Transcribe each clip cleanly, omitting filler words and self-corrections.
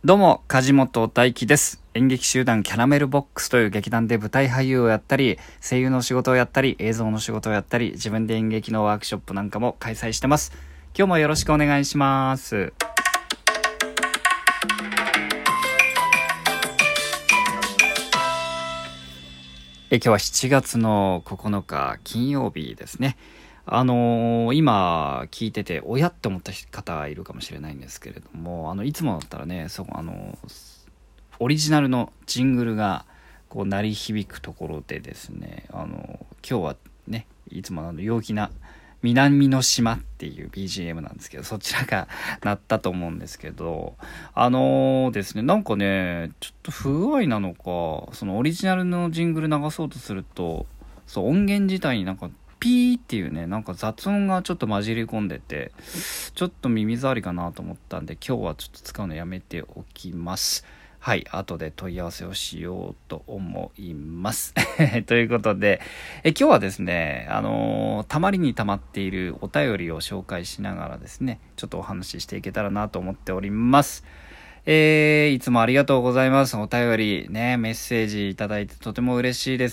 どうも、梶本大輝です。演劇集団キャラメルボックスという劇団で舞台俳優をやったり、声優の仕事をやったり、映像の仕事をやったり、自分で演劇のワークショップなんかも開催してます。今日もよろしくお願いします。今日は7月の9日金曜日ですね。今聞いてて親って思った方いるかもしれないんですけれども、いつもだったらね、オリジナルのジングルがこう鳴り響くところでですね、今日はね、いつも陽気な南の島っていう BGM なんですけど、そちらが鳴ったと思うんですけど、ですね、なんかね、ちょっと不具合なのか、そのオリジナルのジングル流そうとすると、音源自体になんかピーっていうね、なんか雑音がちょっと混じり込んでて、ちょっと耳障りかなと思ったんで、今日はちょっと使うのやめておきます。はい、後で問い合わせをしようと思いますということで、今日はですね、たまりにたまっているお便りを紹介しながらですね、ちょっとお話ししていけたらなと思っております。いつもありがとうございます。お便りね、メッセージいただいてとても嬉しいです。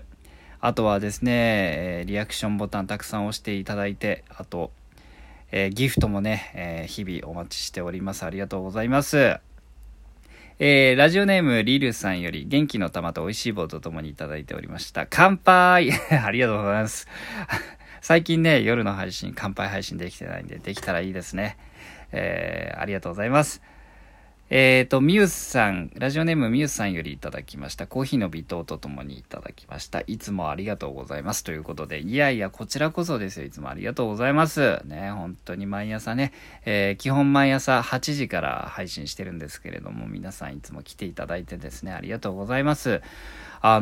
あとはですね、リアクションボタンたくさん押していただいて、あと、ギフトもね、日々お待ちしております。ありがとうございます。ラジオネームリルさんより元気の玉と美味しい棒とともにいただいておりました。乾杯ありがとうございます。最近ね、夜の配信、乾杯配信できてないんで、できたらいいですね。ありがとうございます。ミュウさん、ラジオネームミュウさんよりいただきました。コーヒーの微糖とともにいただきました。いつもありがとうございます。ということで、いやいや、こちらこそですよ。いつもありがとうございます。ね、本当に毎朝ね、基本毎朝8時から配信してるんですけれども、皆さんいつも来ていただいてですね、ありがとうございます。こ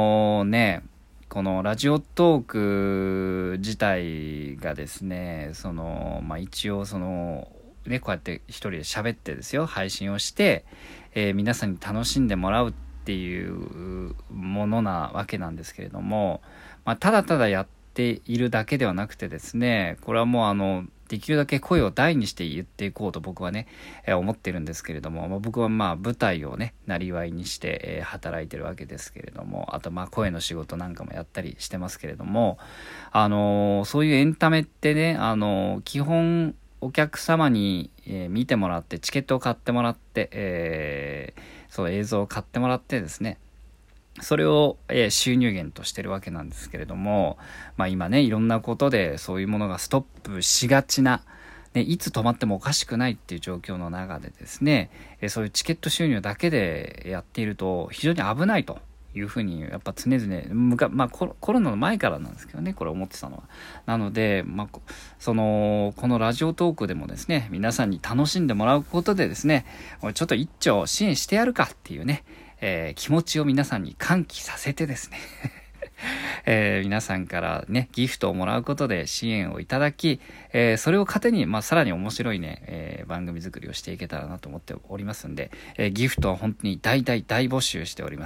のラジオトーク自体がですね、一応ね、こうやって一人で喋ってですよ、配信をして、皆さんに楽しんでもらうっていうものなわけなんですけれども、ただただやっているだけではなくてですね、これはもうできるだけ声を大にして言っていこうと僕はね、思ってるんですけれども、僕は舞台をね、なりわいにして、働いてるわけですけれども、あと声の仕事なんかもやったりしてますけれども、そういうエンタメってね、基本お客様に、見てもらってチケットを買ってもらって、その映像を買ってもらってですね、それを、収入源としてるわけなんですけれども、今ね、いろんなことでそういうものがストップしがちな、ね、いつ止まってもおかしくないっていう状況の中でですね、そういうチケット収入だけでやっていると非常に危ないというふうにやっぱ常々コロナの前からなんですけどね、これ思ってたのは。なので、このラジオトークでもですね、皆さんに楽しんでもらうことでですね、ちょっと一丁支援してやるかっていうね、気持ちを皆さんに喚起させてですね皆さんからね、ギフトをもらうことで支援をいただき、それを糧に、さらに面白いね、番組作りをしていけたらなと思っておりますんで、ギフトは本当に大募集しております。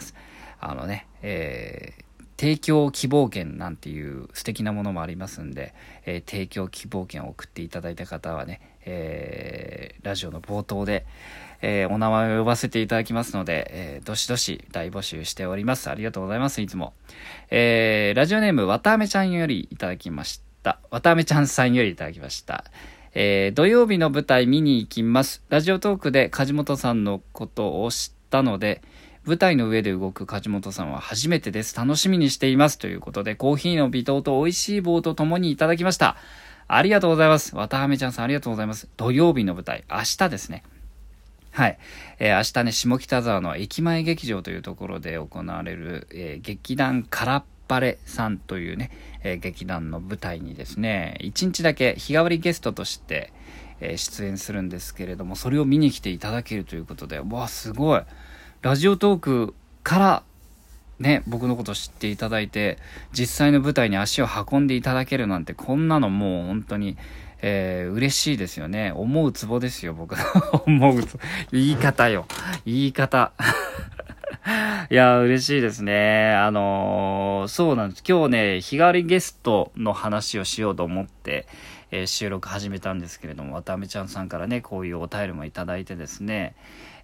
提供希望券なんていう素敵なものもありますんで、提供希望券を送っていただいた方はね、ラジオの冒頭で、お名前を呼ばせていただきますので、どしどし大募集しております。ありがとうございます。いつも。ラジオネームわたあめちゃんよりいただきました。わたあめちゃんさんよりいただきました。土曜日の舞台見に行きます。ラジオトークで梶本さんのことを知ったので、舞台の上で動く梶本さんは初めてです。楽しみにしています。ということで、コーヒーの微糖と美味しい棒とともにいただきました。ありがとうございます。わたはめちゃんさんありがとうございます。土曜日の舞台、明日ですね。はい。明日ね、下北沢の駅前劇場というところで行われる、劇団カラッパレさんというね、劇団の舞台にですね、1日だけ日替わりゲストとして、出演するんですけれども、それを見に来ていただけるということで、わあ、すごい。ラジオトークからね、僕のこと知っていただいて、実際の舞台に足を運んでいただけるなんて、こんなのもう本当に、嬉しいですよね。思うツボですよ、僕の。思うツボ。言い方よ。言い方。いや、嬉しいですね。そうなんです。今日ね、日替わりゲストの話をしようと思って、収録始めたんですけれども、わたあめちゃんさんからね、こういうお便りもいただいてですね、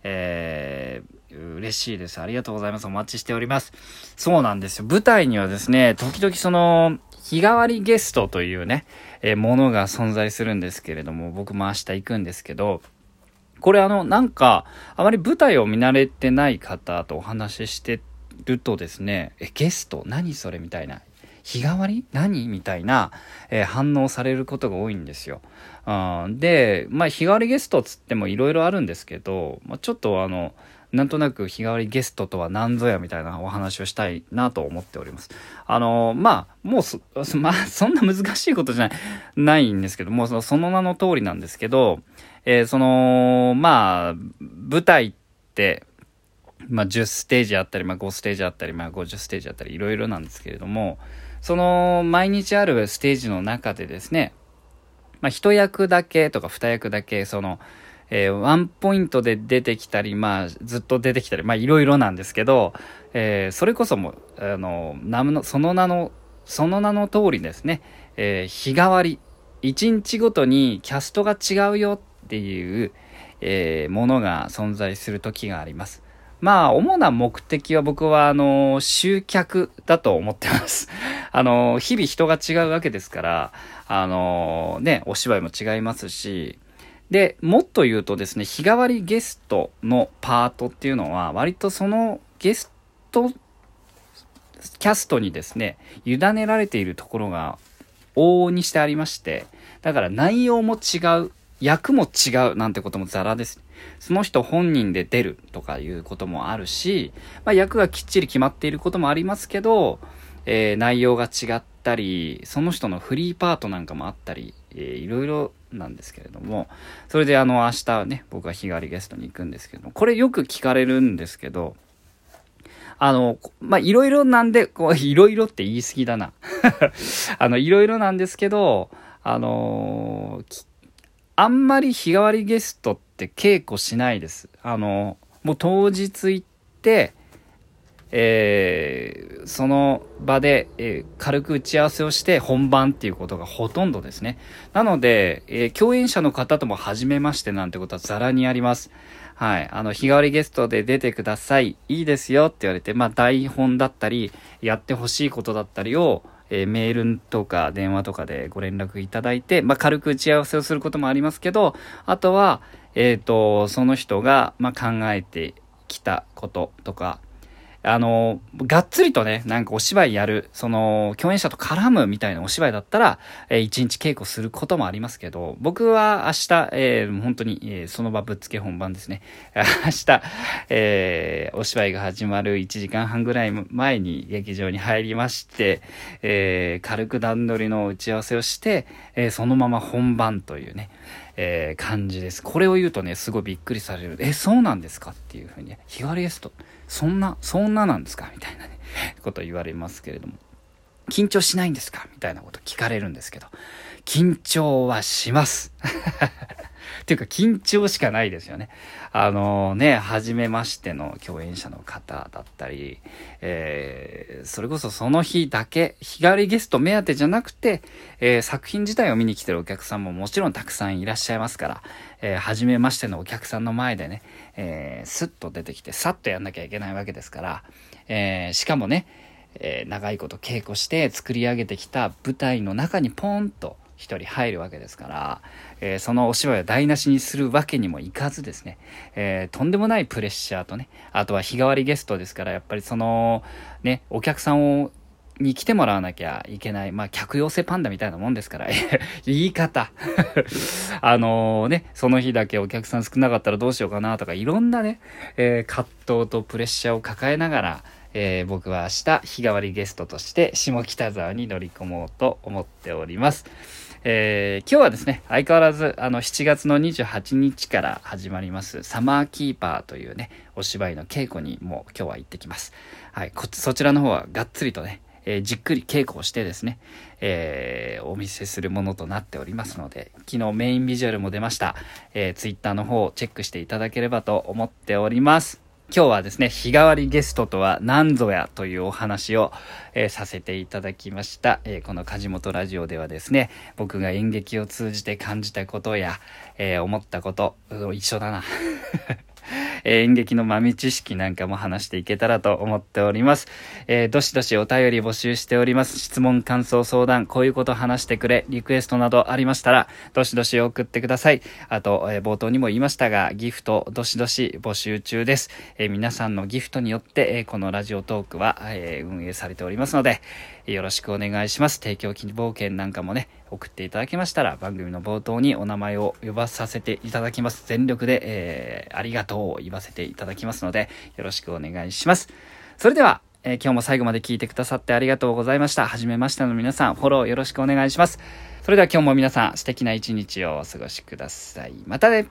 嬉しいです。ありがとうございます。お待ちしております。そうなんですよ。舞台にはですね、時々その、日替わりゲストというね、ものが存在するんですけれども、僕も明日行くんですけど、これなんか、あまり舞台を見慣れてない方とお話ししてるとですね、ゲスト何それみたいな。日替わり何みたいな、反応されることが多いんですよ。で、日替わりゲストつってもいろいろあるんですけど、ちょっとなんとなく日替わりゲストとは何ぞやみたいなお話をしたいなと思っております。もうそんな難しいことじゃないんですけども、その名の通りなんですけど、舞台って、10ステージあったり、5ステージあったり、50ステージあったり、いろいろなんですけれども、その、毎日あるステージの中でですね、一役だけとか二役だけ、ワンポイントで出てきたり、ずっと出てきたり、いろいろなんですけど、それこそも、その名の通りですね、日替わり、一日ごとにキャストが違うよっていう、ものが存在する時があります。主な目的は僕は、集客だと思ってます。日々人が違うわけですから、お芝居も違いますし、で、もっと言うとですね、日替わりゲストのパートっていうのは、割とそのゲストキャストにですね、委ねられているところが往々にしてありまして、だから内容も違う、役も違うなんてこともザラです。その人本人で出るとかいうこともあるし、役がきっちり決まっていることもありますけど、内容が違ったり、その人のフリーパートなんかもあったり、いろいろなんですけれども、それで明日ね、僕は日替わりゲストに行くんですけども、これよく聞かれるんですけど、いろいろなんで、いろいろって言い過ぎだな。いろいろなんですけど、あんまり日替わりゲストって稽古しないです。もう当日行って、その場で、軽く打ち合わせをして本番っていうことがほとんどですね。なので、共演者の方とも初めましてなんてことはザラにあります。はい。日替わりゲストで出てください。いいですよって言われて、台本だったり、やってほしいことだったりを、メールとか電話とかでご連絡いただいて、軽く打ち合わせをすることもありますけど、あとは、その人が、考えてきたこととか、がっつりとね、なんかお芝居やる、共演者と絡むみたいなお芝居だったら、一日稽古することもありますけど、僕は明日、本当に、その場ぶっつけ本番ですね。明日、お芝居が始まる1時間半ぐらい前に劇場に入りまして、軽く段取りの打ち合わせをして、そのまま本番というね、感じです。これを言うとね、すごいびっくりされる。そうなんですかっていうふうに、日替わりゲスト、そんななんですかみたいなね、ことを言われますけれども、緊張しないんですかみたいなこと聞かれるんですけど、緊張はします。っていうか緊張しかないですよね。初めましての共演者の方だったり、それこそその日だけ、日替わりゲスト目当てじゃなくて、作品自体を見に来てるお客さんももちろんたくさんいらっしゃいますから、初めましてのお客さんの前でね、スッと出てきて、さっとやんなきゃいけないわけですから、しかもね、長いこと稽古して作り上げてきた舞台の中にポンと一人入るわけですから、そのお芝居を台無しにするわけにもいかずですね、とんでもないプレッシャーとね、あとは日替わりゲストですから、やっぱりお客さんに来てもらわなきゃいけない、客寄せパンダみたいなもんですから、言い方。その日だけお客さん少なかったらどうしようかなとか、いろんなね、葛藤とプレッシャーを抱えながら、僕は明日日替わりゲストとして下北沢に乗り込もうと思っております。今日はですね、相変わらず7月の28日から始まりますサマーキーパーというね、お芝居の稽古にも今日は行ってきます。はい、そちらの方はがっつりとね、じっくり稽古をしてですね、お見せするものとなっておりますので、昨日メインビジュアルも出ました。ツイッターの方をチェックしていただければと思っております。今日はですね、日替わりゲストとは何ぞやというお話を、させていただきました。この梶本ラジオではですね、僕が演劇を通じて感じたことや、思ったこと、一緒だな。 演劇の豆知識なんかも話していけたらと思っております。どしどしお便り募集しております。質問、感想、相談、こういうこと話してくれ、リクエストなどありましたら、どしどし送ってください。あと、冒頭にも言いましたが、ギフト、どしどし募集中です。皆さんのギフトによって、このラジオトークは、運営されておりますので、よろしくお願いします。提供希望券なんかもね、送っていただけましたら、番組の冒頭にお名前を呼ばさせていただきます。全力で、ありがとうを言わせていただきますので、よろしくお願いします。それでは、今日も最後まで聞いてくださってありがとうございました。はじめましての皆さん、フォローよろしくお願いします。それでは今日も皆さん、素敵な一日をお過ごしください。またね。